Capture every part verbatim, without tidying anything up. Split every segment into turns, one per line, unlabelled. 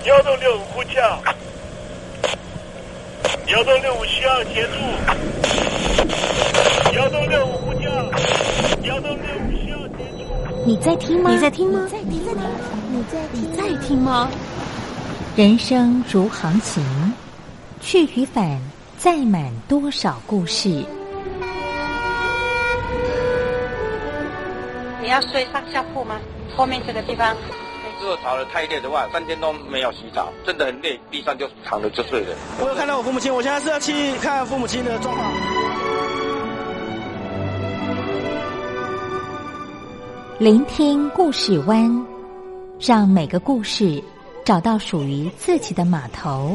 幺洞六五呼叫，幺洞六五需要协助，幺洞六五呼叫，幺洞六五需要协助。
你在听吗？
你在听吗？
你在听吗？
你在你在听吗？
人生如航行，去与返，载满多少故事。
你要睡上下铺吗？后面这个地方。
如果吵得太累的话，三天都没有洗澡，真的很累，地上就躺着就睡了。
我有看到我父母亲，我现在是要去看父母亲的状况。
聆听故事湾，让每个故事找到属于自己的码头。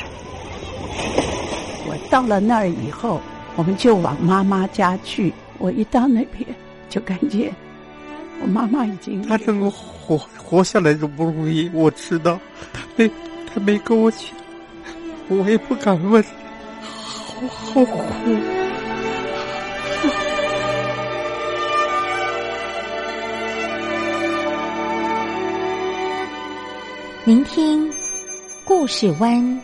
我到了那儿以后，我们就往妈妈家去。我一到那边，就感觉我妈妈已经
她能够活活下来都不容易，我知道，她没她没跟我讲，我也不敢问，好好苦。
聆听故事湾，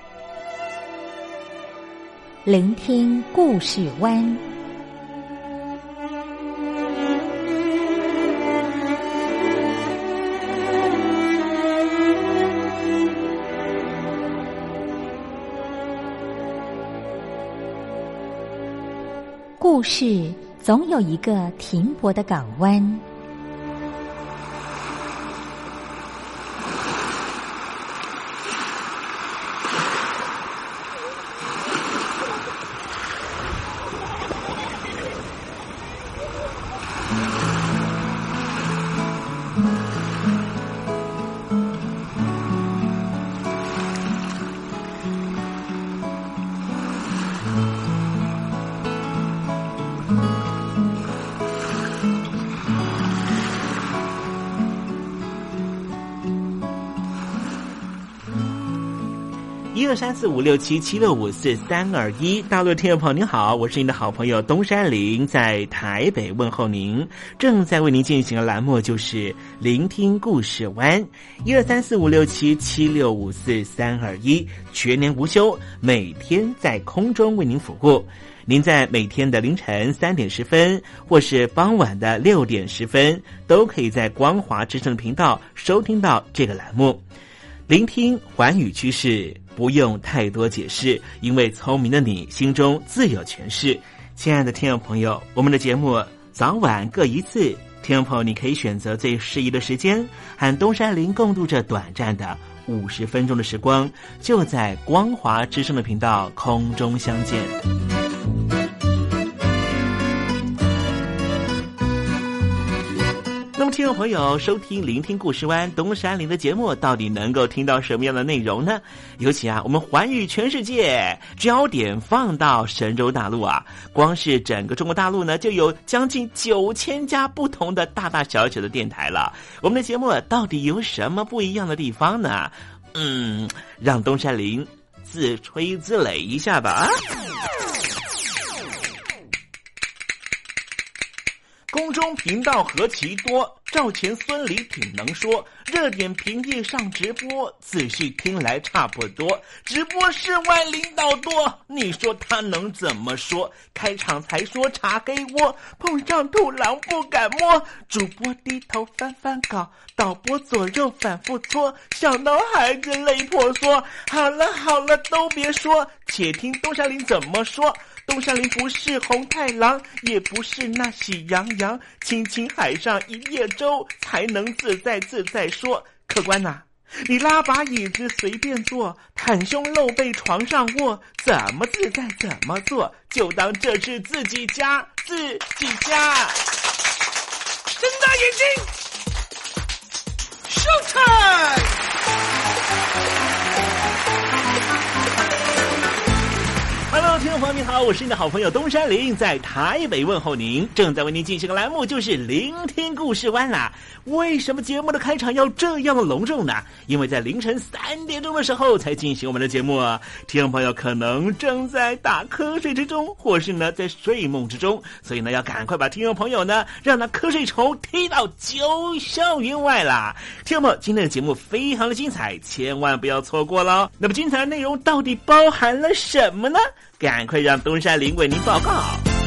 聆听故事湾。故事总有一个停泊的港湾。
一二三四五六七七六五四三二一，大陆的听众朋友您好，我是您的好朋友东山林，在台北问候您。正在为您进行的栏目就是聆听故事湾，一二三四五六七七六五四三二一，全年无休，每天在空中为您服务。您在每天的凌晨三点十分，或是傍晚的六点十分，都可以在光华之声频道收听到这个栏目。聆听寰宇趋势，不用太多解释，因为聪明的你心中自有诠释。亲爱的听众朋友，我们的节目早晚各一次，听众朋友你可以选择最适宜的时间，和东山林共度这短暂的五十分钟的时光，就在光华之声的频道空中相见。那么听众朋友，收听聆听故事湾东山林的节目，到底能够听到什么样的内容呢？尤其啊，我们寰宇全世界，焦点放到神州大陆啊，光是整个中国大陆呢，就有将近九千家不同的大大小小的电台了。我们的节目到底有什么不一样的地方呢？嗯，让东山林自吹自擂一下吧。空中频道何其多，赵钱孙李挺能说，热点平地上直播，仔细听来差不多。直播室外领导多，你说他能怎么说？开场才说茶黑窝，碰上土狼不敢摸。主播低头翻翻稿，导播左右反复搓，想到孩子泪婆娑。好了好了，都别说，且听东山林怎么说。东山林不是红太狼，也不是那喜羊羊，亲亲海上一叶舟，才能自在自在说。客官呐、啊，你拉把椅子随便坐，袒胸露背床上卧，怎么自在怎么做，就当这是自己家，自己家。睁大眼睛 ，Show time！Hello， 听众朋朋友你好，我是你的好朋友东山林，在台北问候您。正在为您进行的栏目就是聆听故事湾啦。为什么节目的开场要这样的隆重呢？因为在凌晨三点钟的时候才进行我们的节目啊。听众朋友可能正在打瞌睡之中，或是呢在睡梦之中，所以呢要赶快把听众朋友呢让那瞌睡虫踢到九霄云外啦。听众朋友，今天的节目非常的精彩，千万不要错过了。那么精彩的内容到底包含了什么呢？赶快让东山林为您报告。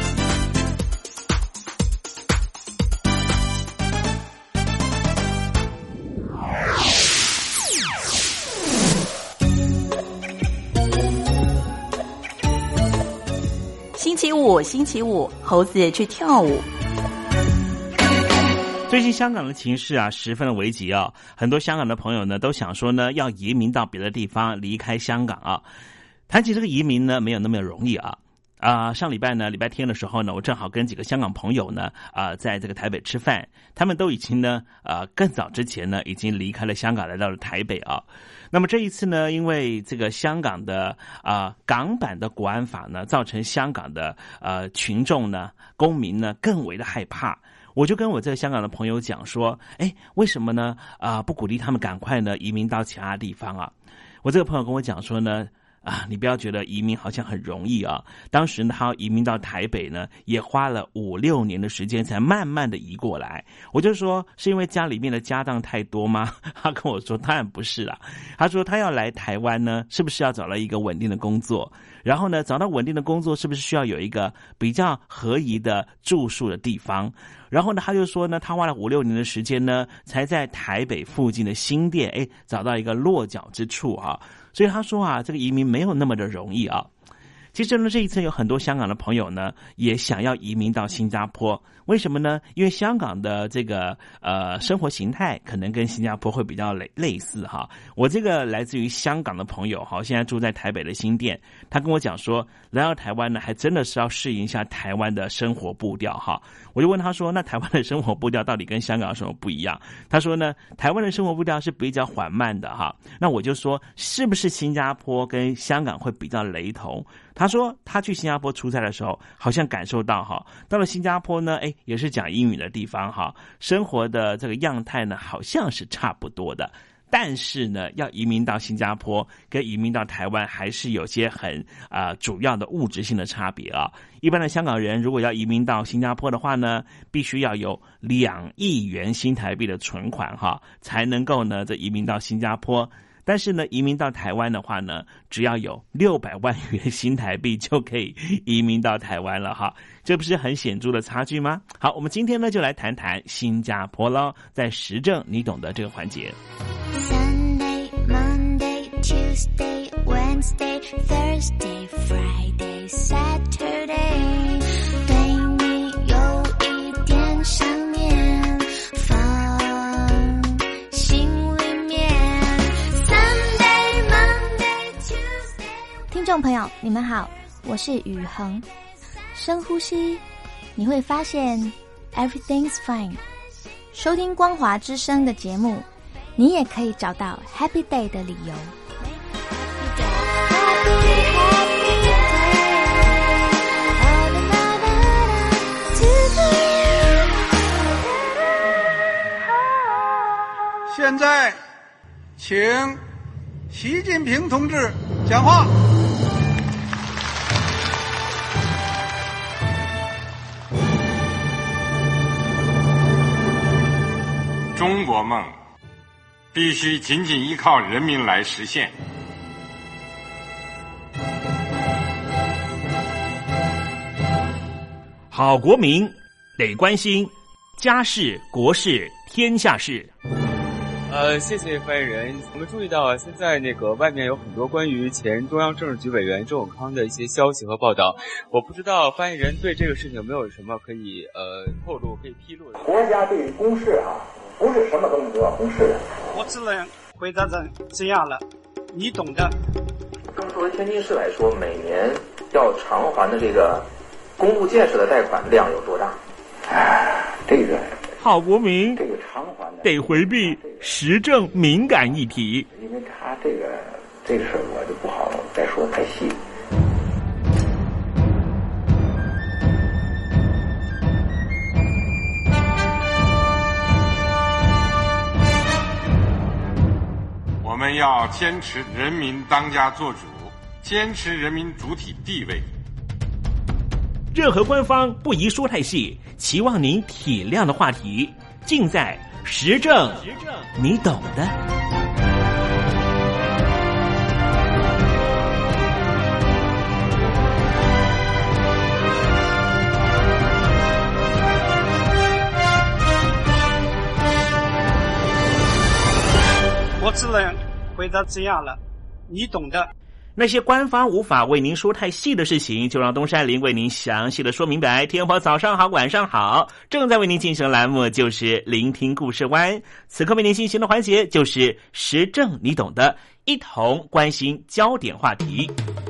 星期五，星期五，猴子去跳舞。
最近香港的情势啊，十分的危急啊，很多香港的朋友呢都想说呢，要移民到别的地方，离开香港啊。谈起这个移民呢，没有那么容易啊。啊、呃，上礼拜呢，礼拜天的时候呢，我正好跟几个香港朋友呢，啊、呃，在这个台北吃饭，他们都已经呢，呃，更早之前呢，已经离开了香港，来到了台北啊。那么这一次呢，因为这个香港的啊、呃、港版的国安法呢，造成香港的呃群众呢、公民呢更为的害怕。我就跟我这个香港的朋友讲说，哎，为什么呢？啊、呃，不鼓励他们赶快呢移民到其他地方啊？我这个朋友跟我讲说呢。啊，你不要觉得移民好像很容易啊！当时呢，他要移民到台北呢，也花了五六年的时间才慢慢的移过来。我就说，是因为家里面的家当太多吗？他跟我说，当然不是啦。他说他要来台湾呢，是不是要找到一个稳定的工作？然后呢，找到稳定的工作，是不是需要有一个比较合宜的住宿的地方？然后呢，他就说呢，他花了五六年的时间呢，才在台北附近的新店，哎，找到一个落脚之处啊。所以他说啊，这个移民没有那么的容易啊。其实呢，这一次有很多香港的朋友呢，也想要移民到新加坡。为什么呢？因为香港的这个呃生活形态可能跟新加坡会比较类类似哈。我这个来自于香港的朋友哈，现在住在台北的新店，他跟我讲说，来到台湾呢，还真的是要适应一下台湾的生活步调哈。我就问他说，那台湾的生活步调到底跟香港有什么不一样？他说呢，台湾的生活步调是比较缓慢的哈。那我就说，是不是新加坡跟香港会比较雷同？他说他去新加坡出差的时候，好像感受到哈，到了新加坡呢，哎，也是讲英语的地方哈，生活的这个样态呢，好像是差不多的。但是呢，要移民到新加坡跟移民到台湾还是有些很啊、呃、主要的物质性的差别啊。一般的香港人如果要移民到新加坡的话呢，必须要有两亿元新台币的存款哈，才能够呢这移民到新加坡。但是呢，移民到台湾的话呢，只要有六百万元新台币就可以移民到台湾了哈，这不是很显著的差距吗？好，我们今天呢就来谈谈新加坡咯，在时政你懂得这个环节。
Sunday, Monday, Tuesday, Wednesday, Thursday, Friday, Saturday， 对你有一点想念，放心里面。Sunday, Monday, Tuesday。
听众朋友，你们好，我是宇恒。深呼吸，你会发现 everything's fine。收听光华之声的节目，你也可以找到 Happy Day 的理由。
现在，请习近平同志讲话。
中国梦必须紧紧依靠人民来实现。
好国民得关心家事、国事、天下事。
呃，谢谢发言人。我们注意到啊，现在那个外面有很多关于前中央政治局委员周永康的一些消息和报道。我不知道发言人对这个事情有没有什么可以呃透露、可以披露的？
国家对于公事啊，不是什么东西都要公示的。
我只能回答成这样了，你懂的。
作为天津市来说，每年要偿还的这个公路建设的贷款量有多大？哎，这个
好国民
这个偿还的
得回避时政敏感议题，
因为他这个这个事儿我就不好再说太细。
们要坚持人民当家作主，坚持人民主体地位。
任何官方不宜说太细，期望您体谅的话题，尽在时政，你懂的。
我只能回答这样了，你懂的。
那些官方无法为您说太细的事情，就让东山林为您详细的说明白。天婆早上好，晚上好，正在为您进行的栏目就是聆听故事湾，此刻为您进行的环节就是时政你懂的，一同关心焦点话题。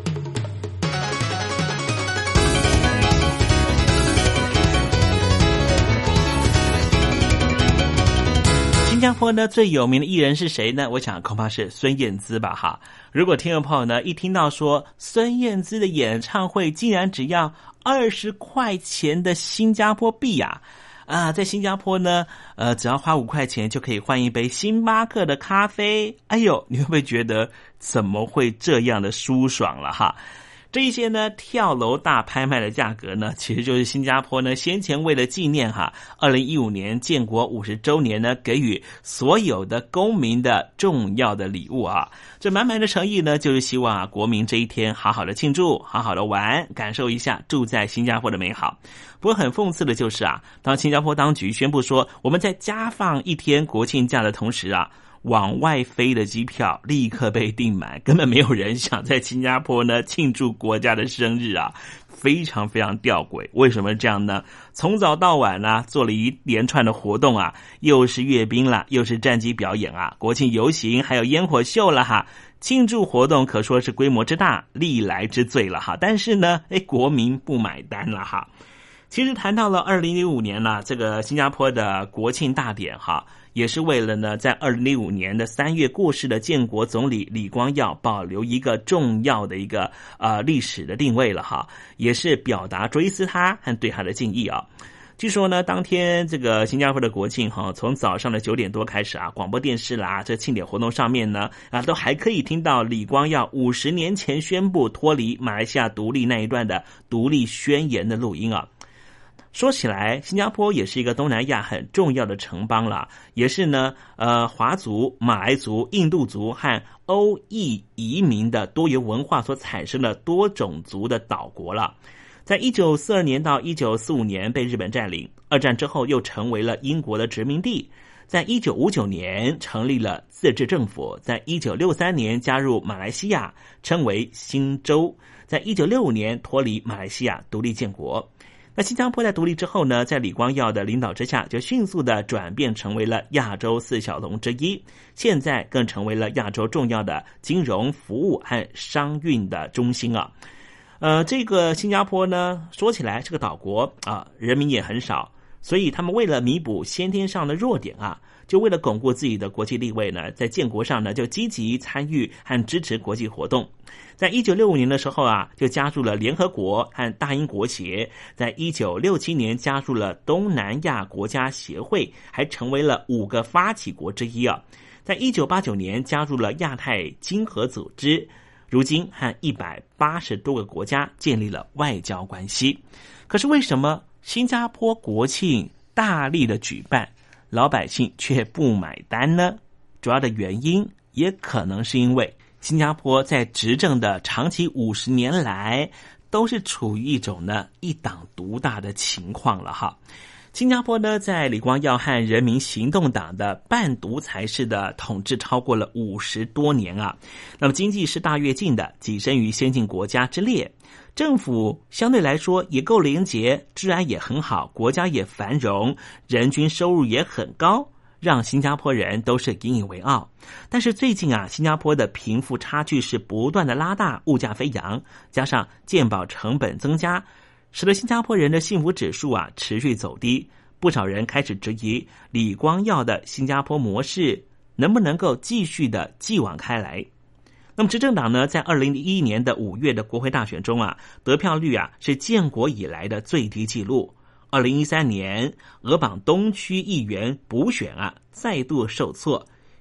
新加坡呢最有名的艺人是谁呢？我想恐怕是孙燕姿吧哈。如果听众朋友呢一听到说孙燕姿的演唱会竟然只要二十块钱的新加坡币啊啊，在新加坡呢呃只要花五块钱就可以换一杯星巴克的咖啡，哎呦，你会不会觉得怎么会这样的舒爽了哈？这一些呢跳楼大拍卖的价格呢，其实就是新加坡呢先前为了纪念哈二零一五年建国五十周年呢，给予所有的公民的重要的礼物啊。这满满的诚意呢，就是希望啊国民这一天好好的庆祝，好好的玩，感受一下住在新加坡的美好。不过很讽刺的就是啊，当新加坡当局宣布说我们在加放一天国庆假的同时啊，往外飞的机票立刻被订满，根本没有人想在新加坡呢庆祝国家的生日啊，非常非常吊诡。为什么这样呢？从早到晚啊，做了一连串的活动啊，又是阅兵啦，又是战机表演啊，国庆游行，还有烟火秀了哈。庆祝活动可说是规模之大，历来之最了哈。但是呢，哎，国民不买单了哈。其实谈到了二零零五年呢，这个新加坡的国庆大典哈，也是为了呢，在二零零五年的三月过世的建国总理李光耀保留一个重要的一个呃历史的定位了哈，也是表达追思他和对他的敬意啊。据说呢，当天这个新加坡的国庆哈，从早上的九点多开始啊，广播电视啦，这庆典活动上面呢啊，都还可以听到李光耀五十年前宣布脱离马来西亚独立那一段的独立宣言的录音啊。说起来，新加坡也是一个东南亚很重要的城邦了，也是呢，呃，华族、马来族、印度族和欧裔移民的多元文化所产生的多种族的岛国了。在一九四二年到一九四五年被日本占领，二战之后又成为了英国的殖民地。在一九五九年成立了自治政府，在一九六三年加入马来西亚，称为新州。在一九六五年脱离马来西亚独立建国。那新加坡在独立之后呢，在李光耀的领导之下，就迅速的转变成为了亚洲四小龙之一，现在更成为了亚洲重要的金融服务和商运的中心啊。呃，这个新加坡呢，说起来是个岛国啊，人民也很少，所以他们为了弥补先天上的弱点啊，就为了巩固自己的国际地位呢，在建国上呢就积极参与和支持国际活动。在一九六五年的时候啊，就加入了联合国和大英国协，在一九六七年加入了东南亚国家协会，还成为了五个发起国之一啊。在一九八九年加入了亚太经合组织，如今和一百八十多个国家建立了外交关系。可是为什么新加坡国庆大力的举办，老百姓却不买单呢？主要的原因也可能是因为新加坡在执政的长期五十年来，都是处于一种呢一党独大的情况了哈。新加坡呢，在李光耀和人民行动党的半独裁式的统治超过了五十多年啊。那么经济是大跃进的，跻身于先进国家之列。政府相对来说也够廉洁，治安也很好，国家也繁荣，人均收入也很高，让新加坡人都是引以为傲。但是最近啊，新加坡的贫富差距是不断的拉大，物价飞扬，加上健保成本增加，使得新加坡人的幸福指数啊持续走低。不少人开始质疑李光耀的新加坡模式能不能够继续的继往开来。那么执政党呢，在二零零一年的五月的国会大选中啊，得票率啊是建国以来的最低纪录。二零一三年，俄榜东区议员补选啊再度受挫，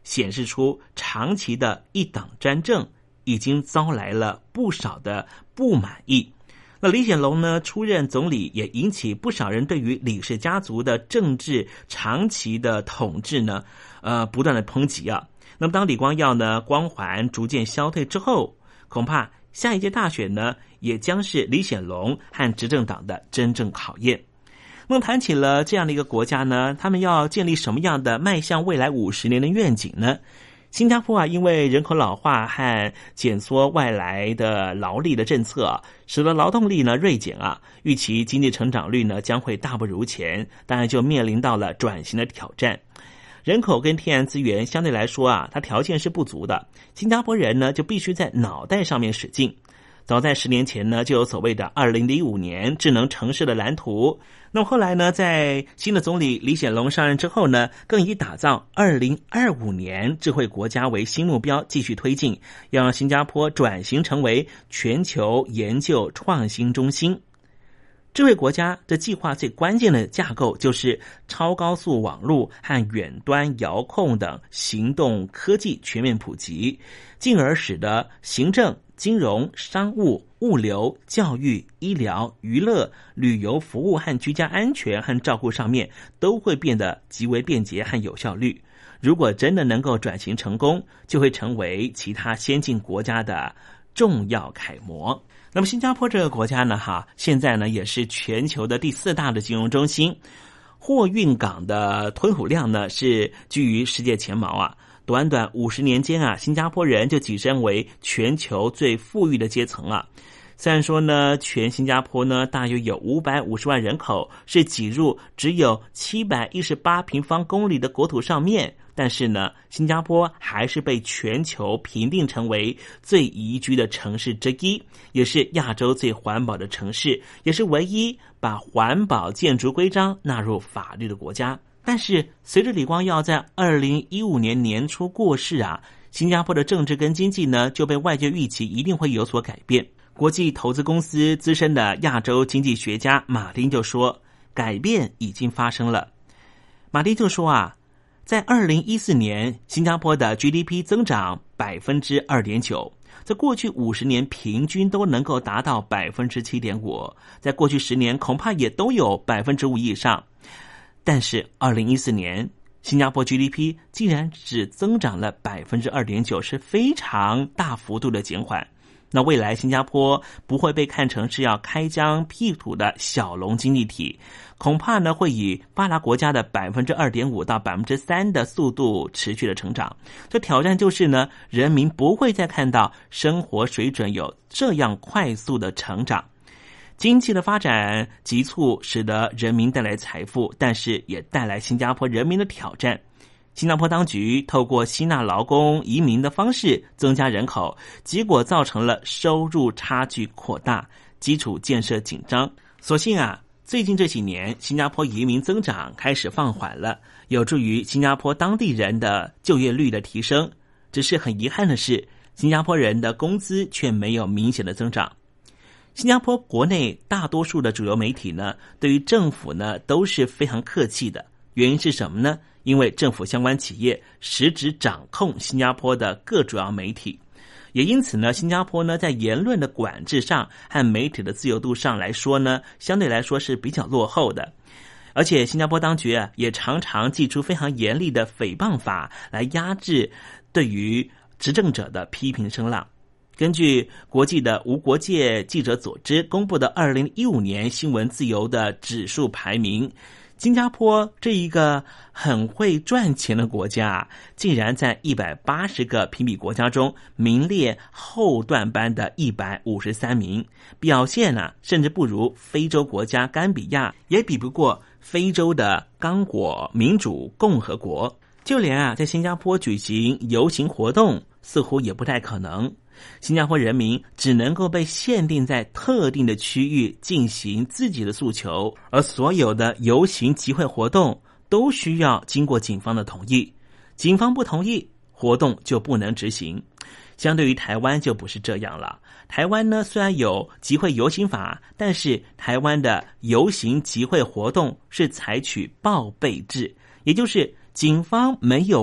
显示出长期的一党专政已经招来了不少的不满意。那李显龙呢出任总理，也引起不少人对于李氏家族的政治长期的统治呢，呃，不断的抨击啊。那么当李光耀呢光环逐渐消退之后，恐怕下一届大选呢，也将是李显龙和执政党的真正考验。那么谈起了这样的一个国家呢，他们要建立什么样的迈向未来五十年的愿景呢？新加坡啊，因为人口老化和减缩外来的劳力的政策啊，使得劳动力呢锐减啊，预期经济成长率呢将会大不如前，当然就面临到了转型的挑战。人口跟天然资源相对来说啊，它条件是不足的，新加坡人呢就必须在脑袋上面使劲。早在十年前呢，就有所谓的二零零五年智能城市的蓝图。那么后来呢，在新的总理李显龙上任之后呢，更以打造二零二五年智慧国家为新目标继续推进，要让新加坡转型成为全球研究创新中心。智慧国家的计划最关键的架构就是超高速网络和远端遥控等行动科技全面普及，进而使得行政、金融、商务、物流、教育、医疗、娱乐、旅游服务和居家安全和照顾上面都会变得极为便捷和有效率。如果真的能够转型成功，就会成为其他先进国家的重要楷模。那么新加坡这个国家呢，哈，现在呢也是全球的第四大的金融中心，货运港的吞吐量呢是居于世界前茅啊。短短五十年间啊，新加坡人就跻身为全球最富裕的阶层啊。虽然说呢，全新加坡呢大约有五百五十万人口，是挤入只有七百一十八平方公里的国土上面，但是呢，新加坡还是被全球评定成为最宜居的城市之一，也是亚洲最环保的城市，也是唯一把环保建筑规章纳入法律的国家。但是随着李光耀在二零一五年年初过世啊，新加坡的政治跟经济呢就被外界预期一定会有所改变。国际投资公司资深的亚洲经济学家马丁就说，改变已经发生了。马丁就说啊，在二零一四年，新加坡的 G D P 增长 百分之二点九， 在过去五十年平均都能够达到 百分之七点五， 在过去十年恐怕也都有 百分之五 以上。但是二零一四年新加坡 G D P 竟然只增长了 百分之二点九， 是非常大幅度的减缓。那未来新加坡不会被看成是要开疆辟土的小龙经济体，恐怕呢会以发达国家的 百分之二点五 到 百分之三 的速度持续的成长。这挑战就是呢，人民不会再看到生活水准有这样快速的成长。经济的发展急促使得人民带来财富，但是也带来新加坡人民的挑战。新加坡当局透过吸纳劳工移民的方式增加人口，结果造成了收入差距扩大，基础建设紧张。所幸啊，最近这几年新加坡移民增长开始放缓了，有助于新加坡当地人的就业率的提升。只是很遗憾的是，新加坡人的工资却没有明显的增长。新加坡国内大多数的主流媒体呢，对于政府呢都是非常客气的。原因是什么呢？因为政府相关企业实质掌控新加坡的各主要媒体，也因此呢，新加坡呢在言论的管制上和媒体的自由度上来说呢，相对来说是比较落后的。而且新加坡当局啊，也常常祭出非常严厉的诽谤法来压制对于执政者的批评声浪。根据国际的无国界记者组织公布的二零一五年新闻自由的指数排名，新加坡这一个很会赚钱的国家，竟然在一百八十个评比国家中名列后段班的一百五十三名，表现啊，甚至不如非洲国家甘比亚，也比不过非洲的刚果民主共和国。就连啊，在新加坡举行游行活动似乎也不太可能。新加坡人民只能够被限定在特定的区域进行自己的诉求，而所有的游行集会活动都需要经过警方的同意，警方不同意，活动就不能执行。相对于台湾就不是这样了。台湾呢，虽然有集会游行法，但是台湾的游行集会活动是采取报备制，也就是警方没有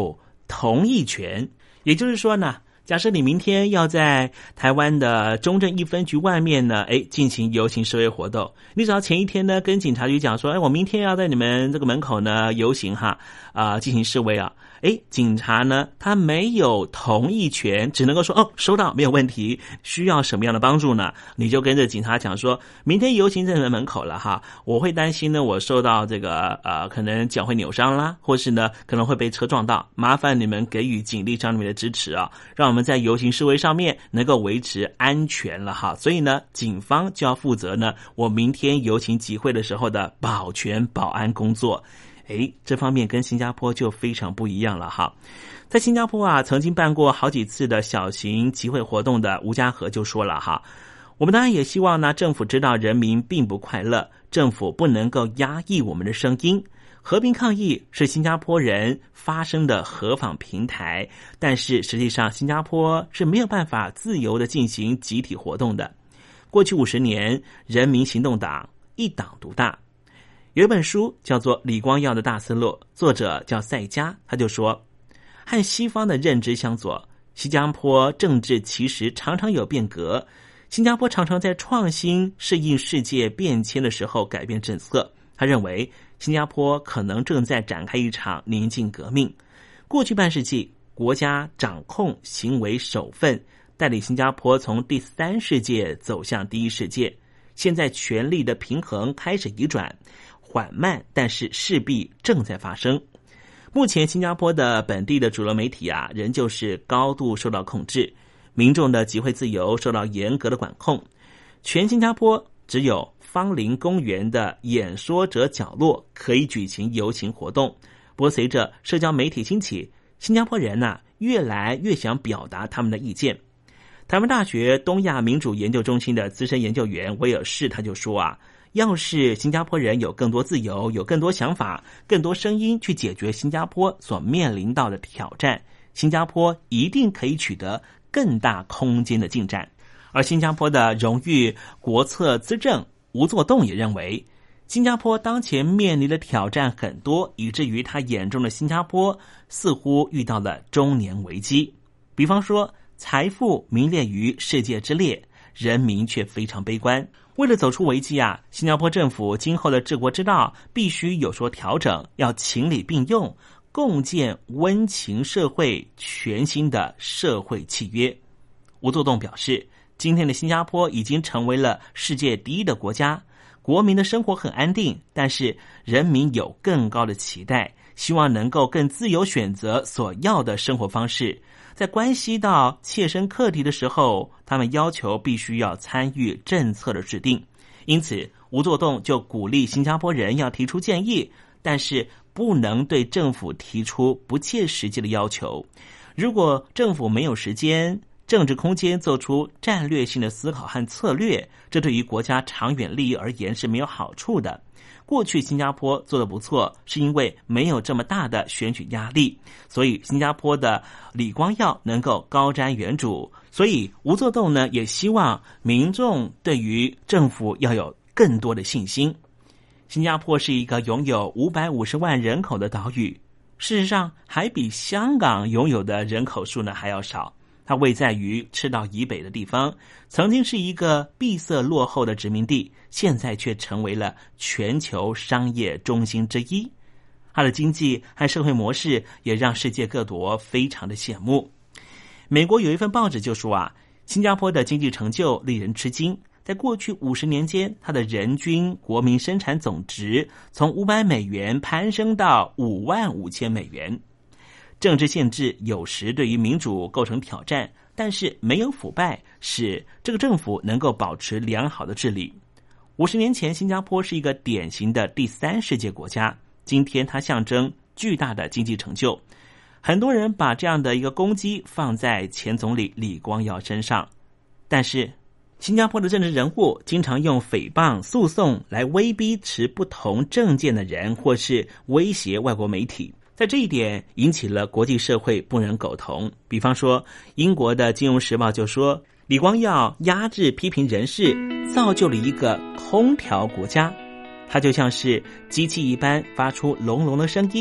同意权。也就是说呢，假设你明天要在台湾的中正一分局外面呢，哎，进行游行示威活动，你只要前一天呢跟警察局讲说，哎，我明天要在你们这个门口呢游行哈，啊、呃，进行示威啊。哎，警察呢，他没有同意权，只能够说哦，收到，没有问题。需要什么样的帮助呢？你就跟着警察讲说，明天游行在你们门口了哈，我会担心呢，我受到这个呃，可能脚会扭伤啦，或是呢可能会被车撞到，麻烦你们给予警力上面的支持啊，让我们在游行示威上面能够维持安全了哈。所以呢，警方就要负责呢，我明天游行集会的时候的保全保安工作。诶，这方面跟新加坡就非常不一样了哈。在新加坡啊，曾经办过好几次的小型集会活动的吴家和就说了哈，我们当然也希望呢，政府知道人民并不快乐，政府不能够压抑我们的声音。和平抗议是新加坡人发声的合法平台，但是实际上新加坡是没有办法自由的进行集体活动的。过去五十年，人民行动党一党独大。有一本书叫做李光耀的大思路，作者叫赛嘉，他就说，和西方的认知相左，新加坡政治其实常常有变革，新加坡常常在创新适应世界变迁的时候改变政策。他认为新加坡可能正在展开一场宁静革命。过去半世纪，国家掌控行为首份，带领新加坡从第三世界走向第一世界。现在权力的平衡开始移转，缓慢，但是势必正在发生。目前新加坡的本地的主流媒体啊，仍旧是高度受到控制，民众的集会自由受到严格的管控。全新加坡只有芳林公园的演说者角落可以举行游行活动。不过随着社交媒体兴起，新加坡人啊越来越想表达他们的意见。台湾大学东亚民主研究中心的资深研究员威尔士他就说啊，要是新加坡人有更多自由，有更多想法，更多声音去解决新加坡所面临到的挑战，新加坡一定可以取得更大空间的进展。而新加坡的荣誉国策资政吴作栋也认为，新加坡当前面临的挑战很多，以至于他眼中的新加坡似乎遇到了中年危机。比方说，财富名列于世界之列，人民却非常悲观。为了走出危机啊，新加坡政府今后的治国之道必须有所调整，要情理并用，共建温情社会全新的社会契约。吴作栋表示，今天的新加坡已经成为了世界第一的国家，国民的生活很安定，但是人民有更高的期待，希望能够更自由选择所要的生活方式。在关系到切身课题的时候，他们要求必须要参与政策的制定。因此，吴作栋就鼓励新加坡人要提出建议，但是不能对政府提出不切实际的要求。如果政府没有时间、政治空间做出战略性的思考和策略，这对于国家长远利益而言是没有好处的。过去新加坡做得不错，是因为没有这么大的选举压力，所以新加坡的李光耀能够高瞻远瞩。所以吴作栋呢，也希望民众对于政府要有更多的信心。新加坡是一个拥有五百五十万人口的岛屿，事实上还比香港拥有的人口数呢还要少。它位在于赤道以北的地方，曾经是一个闭塞落后的殖民地，现在却成为了全球商业中心之一。它的经济和社会模式也让世界各国非常的羡慕。美国有一份报纸就说啊，新加坡的经济成就令人吃惊。在过去五十年间，它的人均国民生产总值从五百美元攀升到五万五千美元。政治限制有时对于民主构成挑战，但是没有腐败，使这个政府能够保持良好的治理。五十年前，新加坡是一个典型的第三世界国家，今天它象征巨大的经济成就。很多人把这样的一个攻击放在前总理李光耀身上，但是新加坡的政治人物经常用诽谤、诉讼来威逼持不同政见的人，或是威胁外国媒体。在这一点引起了国际社会不能苟同。比方说，英国的《金融时报》就说，李光耀压制批评人士，造就了一个空调国家。他就像是机器一般，发出隆隆的声音，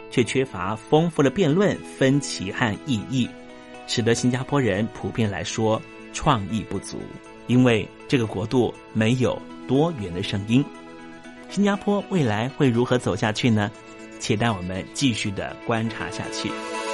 却缺乏丰富的辩论、分歧和意义，使得新加坡人普遍来说创意不足，因为这个国度没有多元的声音。新加坡未来会如何走下去呢？且待我们继续的观察下去。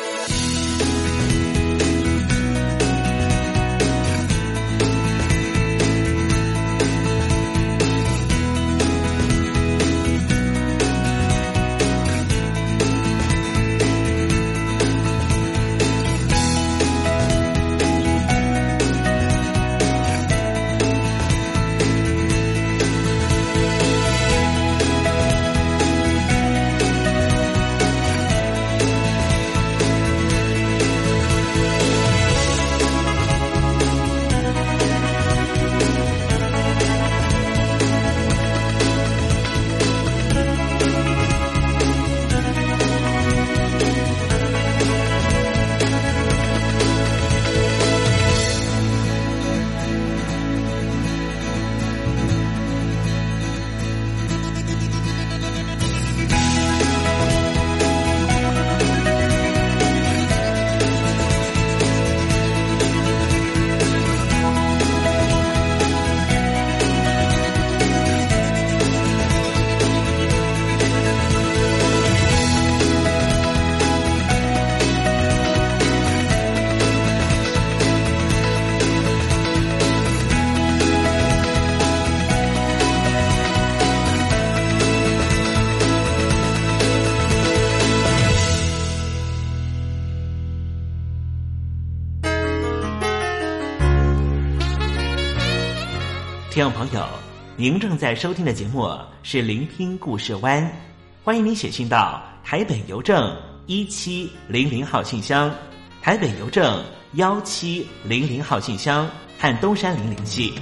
听众朋友，您正在收听的节目是聆听故事湾，欢迎您写信到台北邮政一七零零号信箱，台北邮政一七零零号信箱和东山林联系。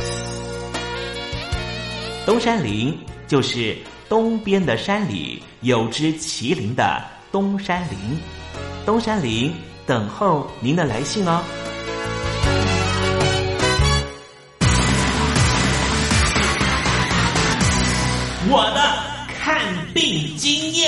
东山林就是东边的山里有只麒麟的东山林，东山林等候您的来信哦。我的看病经验。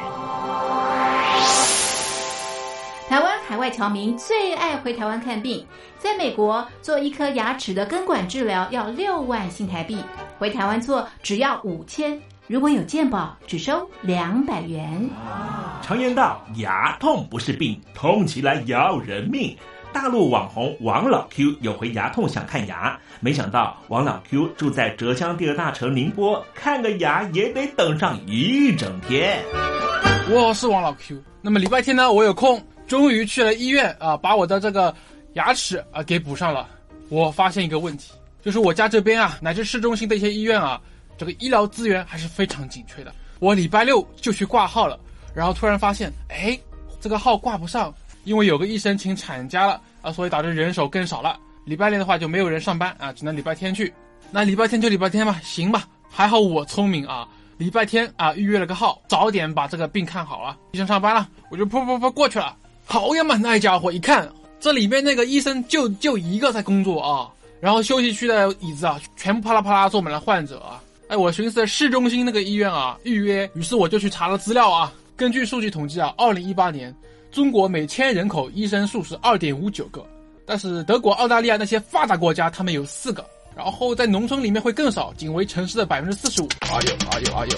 台湾海外侨民最爱回台湾看病，在美国做一颗牙齿的根管治疗要六万新台币，回台湾做只要五千，如果有健保只收两百元。
常言道，牙痛不是病，痛起来要人命。大陆网红王老 Q 有回牙痛想看牙，没想到王老 Q 住在浙江第二大城宁波，看个牙也得等上一整天。
我是王老 Q， 那么礼拜天呢，我有空，终于去了医院啊，把我的这个牙齿啊给补上了。我发现一个问题，就是我家这边啊，乃至市中心的一些医院啊，这个医疗资源还是非常紧缺的。我礼拜六就去挂号了，然后突然发现，哎，这个号挂不上。因为有个医生请产假了啊，所以导致人手更少了。礼拜六的话就没有人上班啊，只能礼拜天去。那礼拜天就礼拜天吧，行吧。还好我聪明啊，礼拜天啊预约了个号，早点把这个病看好了。医生上班了，我就噗噗噗过去了。好呀嘛，那家伙一看，这里面那个医生就就一个在工作啊，然后休息区的椅子啊，全部啪啦啪啦坐满了患者啊。哎，我寻思市中心那个医院啊预约，于是我就去查了资料啊。根据数据统计啊，二零一八年。中国每千人口医生数是 二点五九 个，但是德国、澳大利亚那些发达国家他们有四个，然后在农村里面会更少，仅为城市的 百分之四十五。 哎呦哎呦哎呦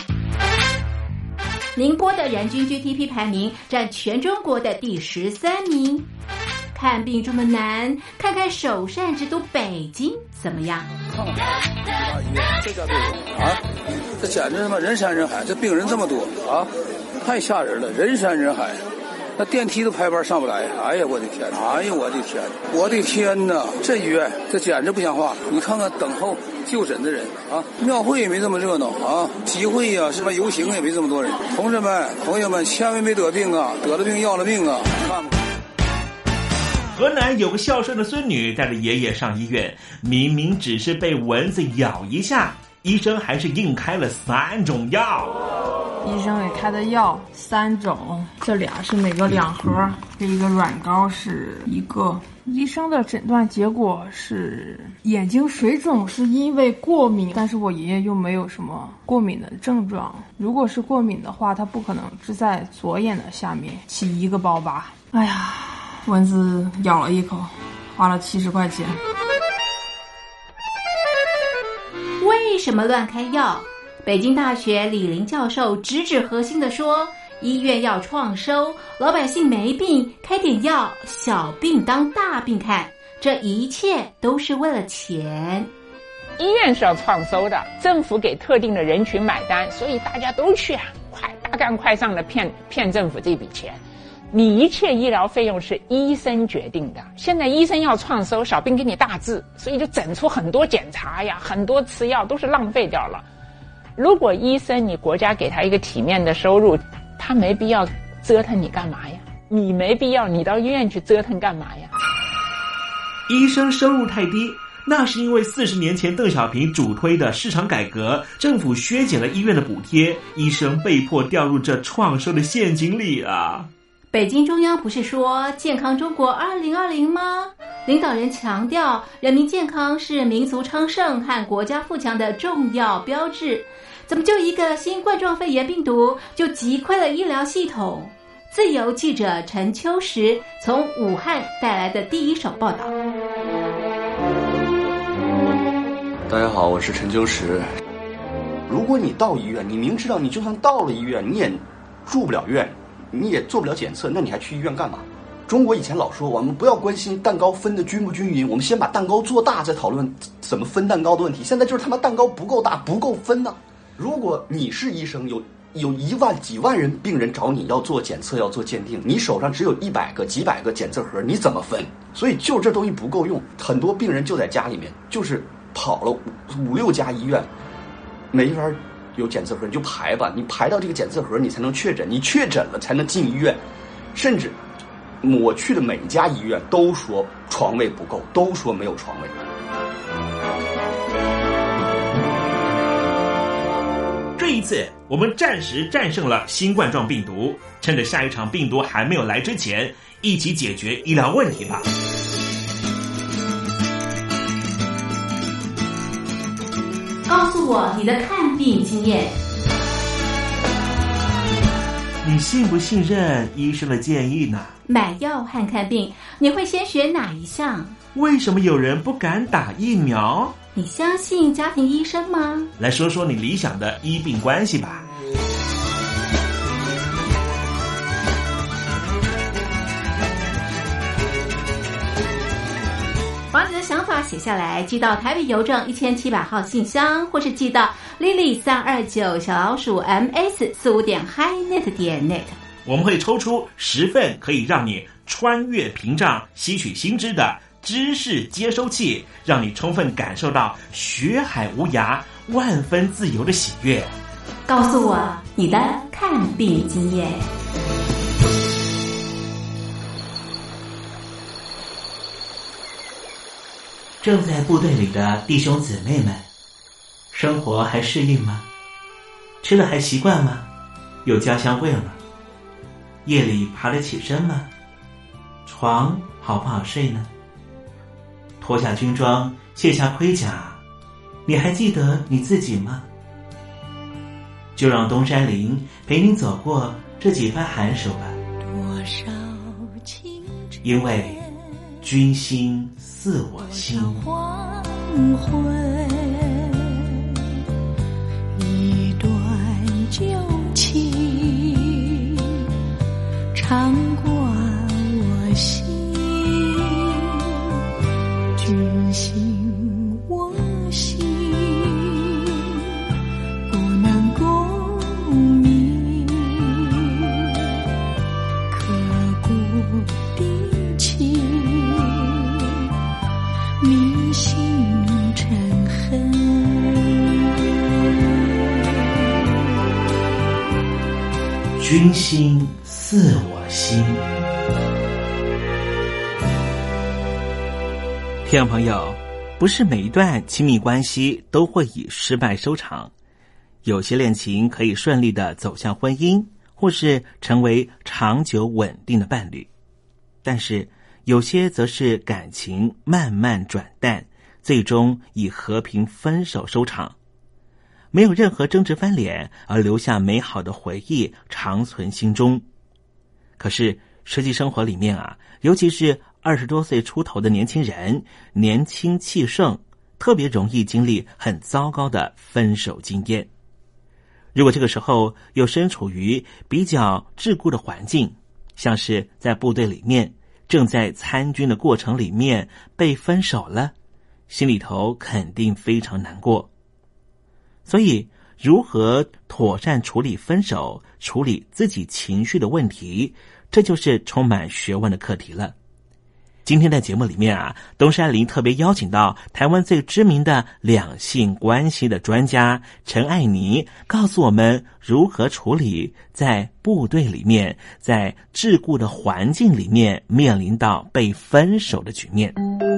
宁波的人均 G D P 排名占全中国的第十三名。看病这么难，看看首善之都北京怎么样？
这家病啊，这简直他妈人山人海，这病人这么多啊，太吓人了，人山人海。那电梯都排班上不来，哎呀我的天，哎呀我的天，我的天哪！这医院这简直不像话！你看看等候就诊的人啊，庙会也没这么热闹啊，集会呀、啊、什么游行也没这么多人。同志们、朋友们，千万别得病啊，得了病要了命啊！看吧。
河南有个孝顺的孙女带着爷爷上医院，明明只是被蚊子咬一下，医生还是硬开了三种药。
医生给开的药三种，这俩是每个两盒，这一个软膏是一个。医生的诊断结果是眼睛水肿是因为过敏，但是我爷爷又没有什么过敏的症状。如果是过敏的话，他不可能只在左眼的下面起一个包疤。哎呀，蚊子咬了一口，花了七十块钱。
为什么乱开药？北京大学李林教授直指核心地说，医院要创收，老百姓没病，开点药，小病当大病看，这一切都是为了钱。
医院是要创收的，政府给特定的人群买单，所以大家都去啊，快大干快上的骗骗政府这笔钱。你一切医疗费用是医生决定的，现在医生要创收，小病给你大治，所以就整出很多检查呀，很多吃药都是浪费掉了。如果医生你国家给他一个体面的收入，他没必要折腾你干嘛呀？你没必要你到医院去折腾干嘛呀？
医生收入太低，那是因为四十年前邓小平主推的市场改革，政府削减了医院的补贴，医生被迫掉入这创收的陷阱里啊。
北京中央不是说健康中国二零二零吗？领导人强调人民健康是民族昌盛和国家富强的重要标志，怎么就一个新冠状肺炎病毒就击溃了医疗系统？自由记者陈秋实从武汉带来的第一手报道。
大家好，我是陈秋实。如果你到医院，你明知道你就算到了医院，你也住不了院，你也做不了检测，那你还去医院干嘛？中国以前老说我们不要关心蛋糕分的均不均匀，我们先把蛋糕做大再讨论怎么分蛋糕的问题。现在就是他妈蛋糕不够大，不够分呢、啊。如果你是医生，有有一万几万人病人找你要做检测要做鉴定，你手上只有一百个几百个检测盒，你怎么分？所以就这东西不够用，很多病人就在家里面，就是跑了五五六家医院，没法有检测盒，你就排吧，你排到这个检测盒你才能确诊，你确诊了才能进医院。甚至我去的每一家医院都说床位不够，都说没有床位。
这一次我们暂时战胜了新冠状病毒，趁着下一场病毒还没有来之前，一起解决医疗问题吧。
告诉我你的看病经验。
你信不信任医生的建议呢？
买药和看病，你会先选哪一项？
为什么有人不敢打疫苗？
你相信家庭医生吗？
来说说你理想的医病关系吧。
把你的想法写下来，寄到台北邮政一千七百号信箱，或是寄到 Lily 三二九小老鼠 M S 四五点 HiNet 点 net。
我们会抽出十份可以让你穿越屏障、吸取新知的知识接收器，让你充分感受到学海无涯、万分自由的喜悦。
告诉我你的看病经验。
正在部队里的弟兄姊妹们，生活还适应吗？吃了还习惯吗？有家乡味吗？夜里爬得起身吗？床好不好睡呢？脱下军装，卸下盔甲，你还记得你自己吗？就让东山林陪你走过这几番寒暑吧。多少情，因为君心似我心。黄昏，一段旧情常挂我心，君心我心，不能共鸣，刻骨的情，铭心成恨。君心似我心。听众朋友，不是每一段亲密关系都会以失败收场， 有些恋情可以顺利的走向婚姻，或是成为长久稳定的伴侣，但是有些则是感情慢慢转淡，最终以和平分手收场，没有任何争执翻脸，而留下美好的回忆长存心中。可是实际生活里面啊，尤其是二十多岁出头的年轻人，年轻气盛，特别容易经历很糟糕的分手经验。如果这个时候又身处于比较桎梏的环境，像是在部队里面正在参军的过程里面被分手了，心里头肯定非常难过。所以如何妥善处理分手，处理自己情绪的问题，这就是充满学问的课题了。今天在节目里面啊，东山林特别邀请到台湾最知名的两性关系的专家陈爱妮，告诉我们如何处理在部队里面，在桎梏的环境里面面临到被分手的局面。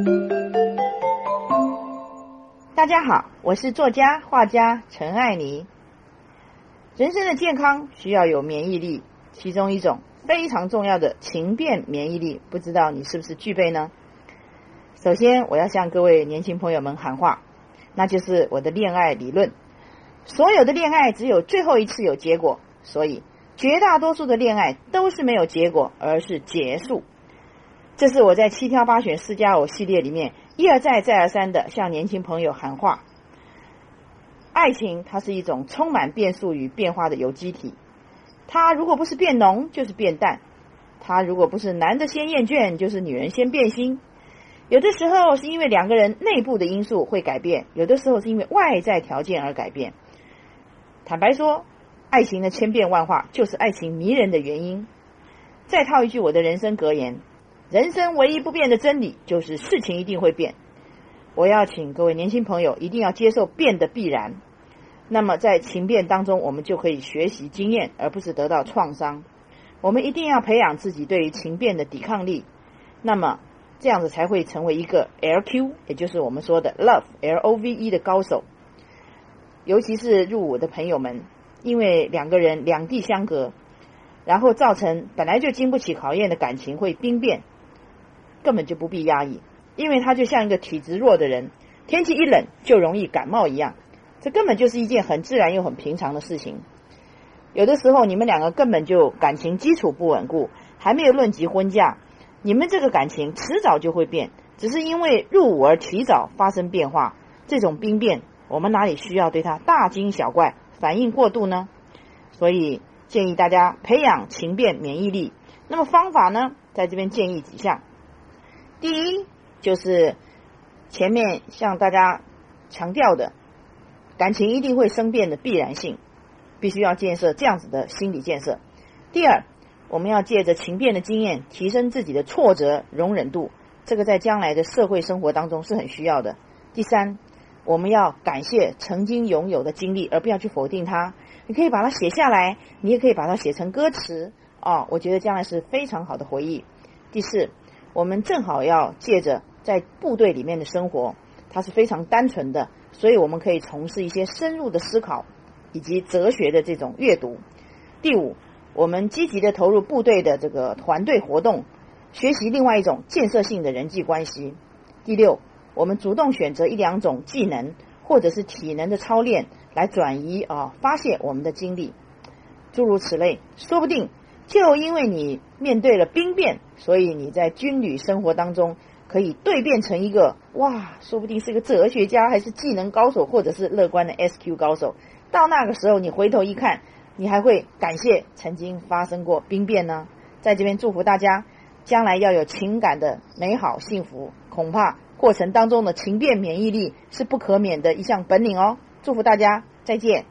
大家好，我是作家画家陈爱妮。人生的健康需要有免疫力，其中一种非常重要的情变免疫力，不知道你是不是具备呢？首先我要向各位年轻朋友们喊话，那就是我的恋爱理论。所有的恋爱只有最后一次有结果，所以绝大多数的恋爱都是没有结果，而是结束。这是我在七挑八选四加我系列里面一而再再而三的向年轻朋友喊话。爱情它是一种充满变数与变化的有机体，它如果不是变浓就是变淡，它如果不是男的先厌倦就是女人先变心。有的时候是因为两个人内部的因素会改变，有的时候是因为外在条件而改变。坦白说，爱情的千变万化就是爱情迷人的原因。再套一句我的人生格言，人生唯一不变的真理就是事情一定会变。我要请各位年轻朋友一定要接受变的必然，那么在情变当中我们就可以学习经验，而不是得到创伤。我们一定要培养自己对于情变的抵抗力，那么这样子才会成为一个 L Q， 也就是我们说的 Love L O V E 的高手。尤其是入伍的朋友们，因为两个人两地相隔，然后造成本来就经不起考验的感情会兵变，根本就不必压抑，因为他就像一个体质弱的人，天气一冷就容易感冒一样，这根本就是一件很自然又很平常的事情。有的时候你们两个根本就感情基础不稳固，还没有论及婚嫁，你们这个感情迟早就会变，只是因为入伍而提早发生变化。这种兵变我们哪里需要对它大惊小怪反应过度呢？所以建议大家培养情变免疫力。那么方法呢，在这边建议几项。第一，就是前面向大家强调的，感情一定会生变的必然性，必须要建设这样子的心理建设。第二，我们要借着情变的经验提升自己的挫折容忍度，这个在将来的社会生活当中是很需要的。第三，我们要感谢曾经拥有的经历，而不要去否定它。你可以把它写下来，你也可以把它写成歌词哦，我觉得将来是非常好的回忆。第四，我们正好要借着在部队里面的生活，它是非常单纯的，所以我们可以从事一些深入的思考以及哲学的这种阅读。第五，我们积极的投入部队的这个团队活动，学习另外一种建设性的人际关系。第六，我们主动选择一两种技能或者是体能的操练来转移啊发泄我们的精力，诸如此类。说不定就因为你面对了兵变，所以你在军旅生活当中可以蜕变成一个哇，说不定是个哲学家，还是技能高手，或者是乐观的 S Q 高手。到那个时候你回头一看，你还会感谢曾经发生过兵变呢。在这边祝福大家将来要有情感的美好幸福，恐怕过程当中的情变免疫力是不可免的一项本领哦。祝福大家，再见。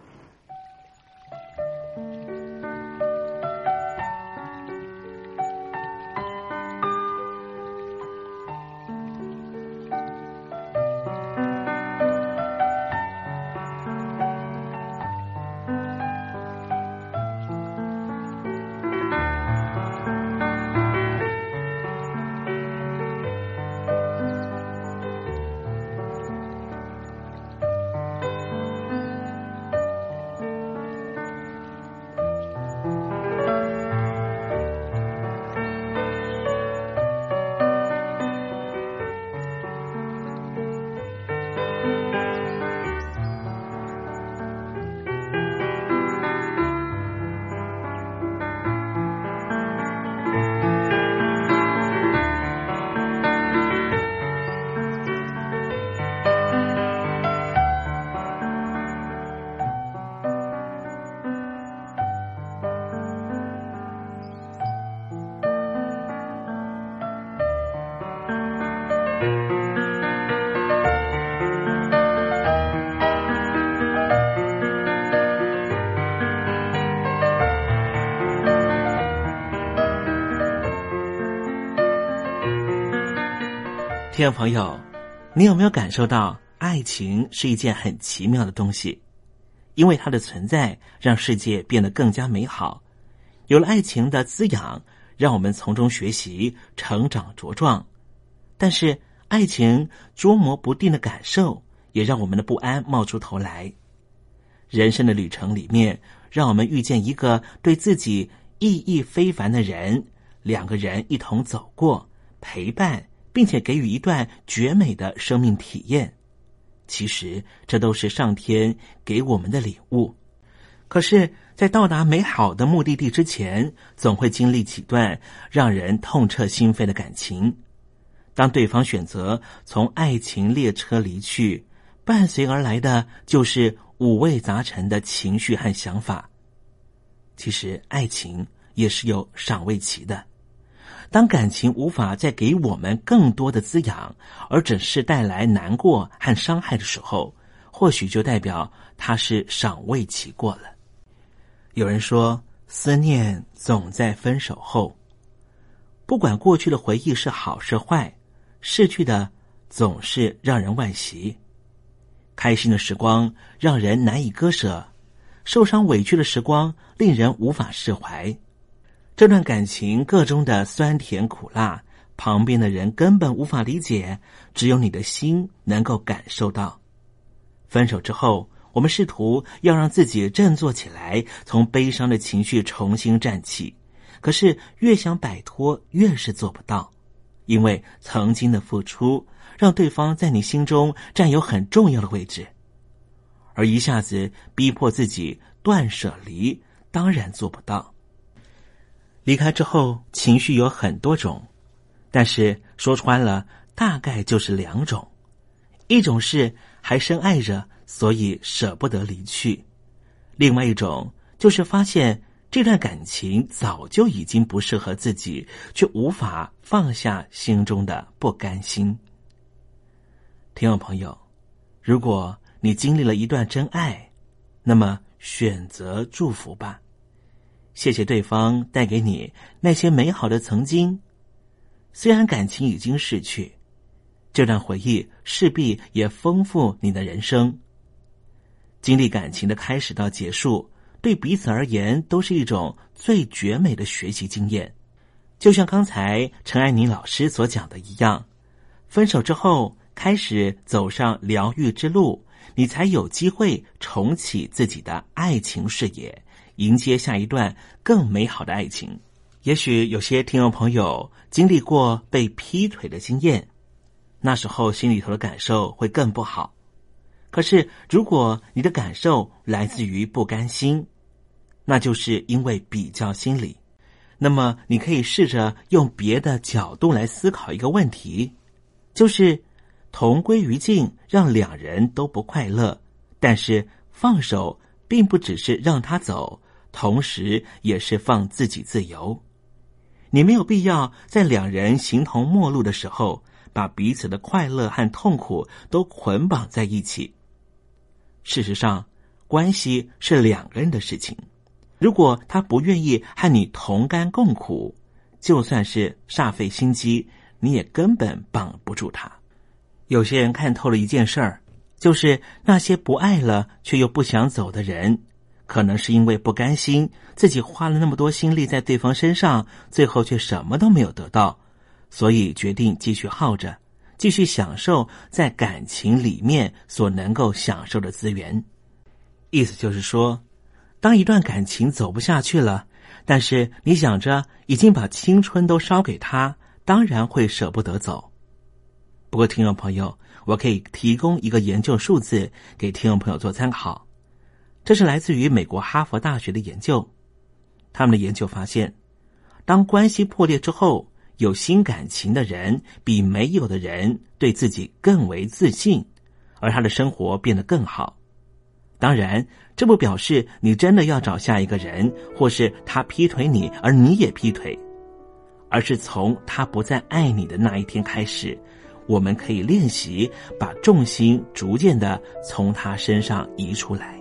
听众朋友，你有没有感受到爱情是一件很奇妙的东西？因为它的存在，让世界变得更加美好。有了爱情的滋养，让我们从中学习、成长茁壮。但是，爱情捉摸不定的感受，也让我们的不安冒出头来。人生的旅程里面，让我们遇见一个对自己意义非凡的人，两个人一同走过，陪伴，并且给予一段绝美的生命体验。其实这都是上天给我们的礼物。可是在到达美好的目的地之前，总会经历几段让人痛彻心扉的感情。当对方选择从爱情列车离去，伴随而来的就是五味杂陈的情绪和想法。其实爱情也是有赏味期的，当感情无法再给我们更多的滋养，而只是带来难过和伤害的时候，或许就代表它是赏味期过了。有人说，思念总在分手后。不管过去的回忆是好是坏，逝去的总是让人惋惜。开心的时光让人难以割舍，受伤委屈的时光令人无法释怀。这段感情个中的酸甜苦辣，旁边的人根本无法理解，只有你的心能够感受到。分手之后，我们试图要让自己振作起来，从悲伤的情绪重新站起，可是越想摆脱，越是做不到。因为曾经的付出，让对方在你心中占有很重要的位置，而一下子逼迫自己断舍离，当然做不到。离开之后，情绪有很多种，但是说穿了，大概就是两种。一种是还深爱着，所以舍不得离去；另外一种就是发现这段感情早就已经不适合自己，却无法放下心中的不甘心。听众朋友，如果你经历了一段真爱，那么选择祝福吧。谢谢对方带给你那些美好的曾经，虽然感情已经逝去，这段回忆势必也丰富你的人生。经历感情的开始到结束，对彼此而言都是一种最绝美的学习经验。就像刚才陈爱妮老师所讲的一样，分手之后开始走上疗愈之路，你才有机会重启自己的爱情视野，迎接下一段更美好的爱情。也许有些听众朋友经历过被劈腿的经验，那时候心里头的感受会更不好。可是如果你的感受来自于不甘心，那就是因为比较心理。那么你可以试着用别的角度来思考一个问题，就是同归于尽，让两人都不快乐，但是放手并不只是让他走，同时也是放自己自由。你没有必要在两人形同陌路的时候，把彼此的快乐和痛苦都捆绑在一起。事实上，关系是两个人的事情，如果他不愿意和你同甘共苦，就算是煞费心机，你也根本绑不住他。有些人看透了一件事儿，就是那些不爱了却又不想走的人，可能是因为不甘心自己花了那么多心力在对方身上，最后却什么都没有得到，所以决定继续耗着，继续享受在感情里面所能够享受的资源。意思就是说，当一段感情走不下去了，但是你想着已经把青春都烧给他，当然会舍不得走。不过听众朋友，我可以提供一个研究数字给听众朋友做参考。这是来自于美国哈佛大学的研究。他们的研究发现，当关系破裂之后，有新感情的人比没有的人对自己更为自信，而他的生活变得更好。当然，这不表示你真的要找下一个人，或是他劈腿你而你也劈腿，而是从他不再爱你的那一天开始，我们可以练习把重心逐渐的从他身上移出来。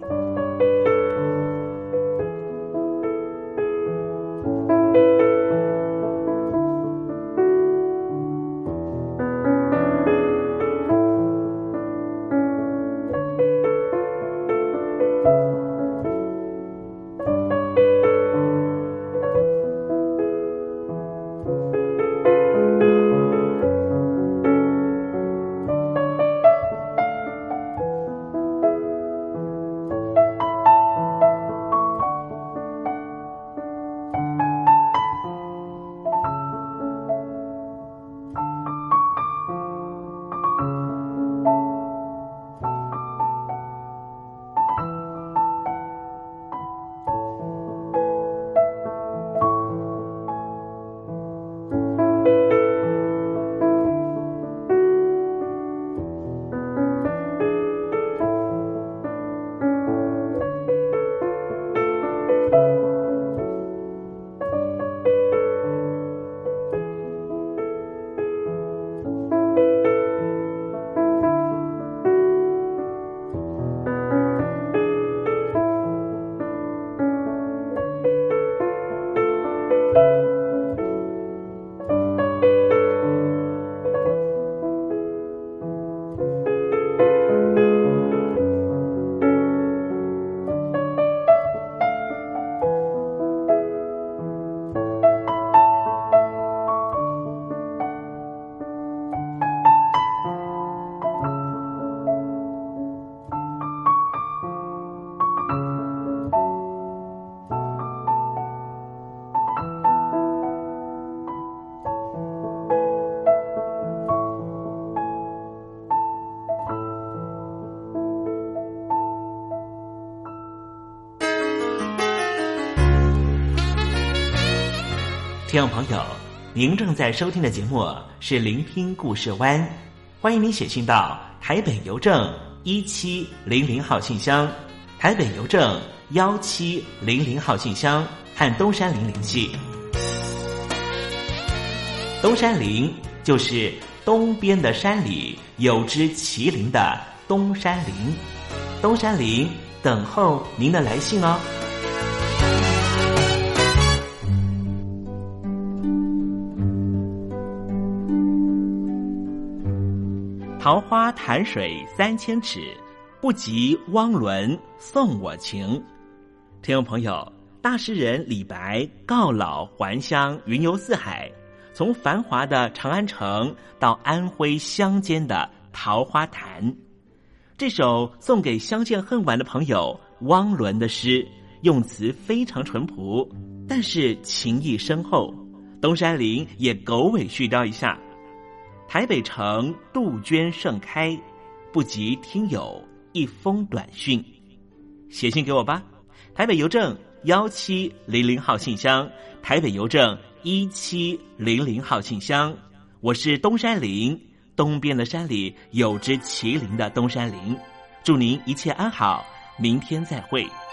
听众朋友，您正在收听的节目是聆听故事湾，欢迎您写信到台北邮政一七零零号信箱，台北邮政一七零零号信箱，和东山林联系。东山林就是东边的山里有只麒麟的东山林，东山林等候您的来信哦。桃花潭水三千尺，不及汪伦送我情。听众朋友，大诗人李白告老还乡，云游四海，从繁华的长安城到安徽乡间的桃花潭。这首送给相见恨晚的朋友汪伦的诗，用词非常淳朴，但是情意深厚。东山林也狗尾续貂一下：台北城杜鹃盛开，不及听友一封短讯。写信给我吧，台北邮政一七零零号信箱，台北邮政一七零零号信箱。我是东山林，东边的山里有只麒麟的东山林。祝您一切安好，明天再会。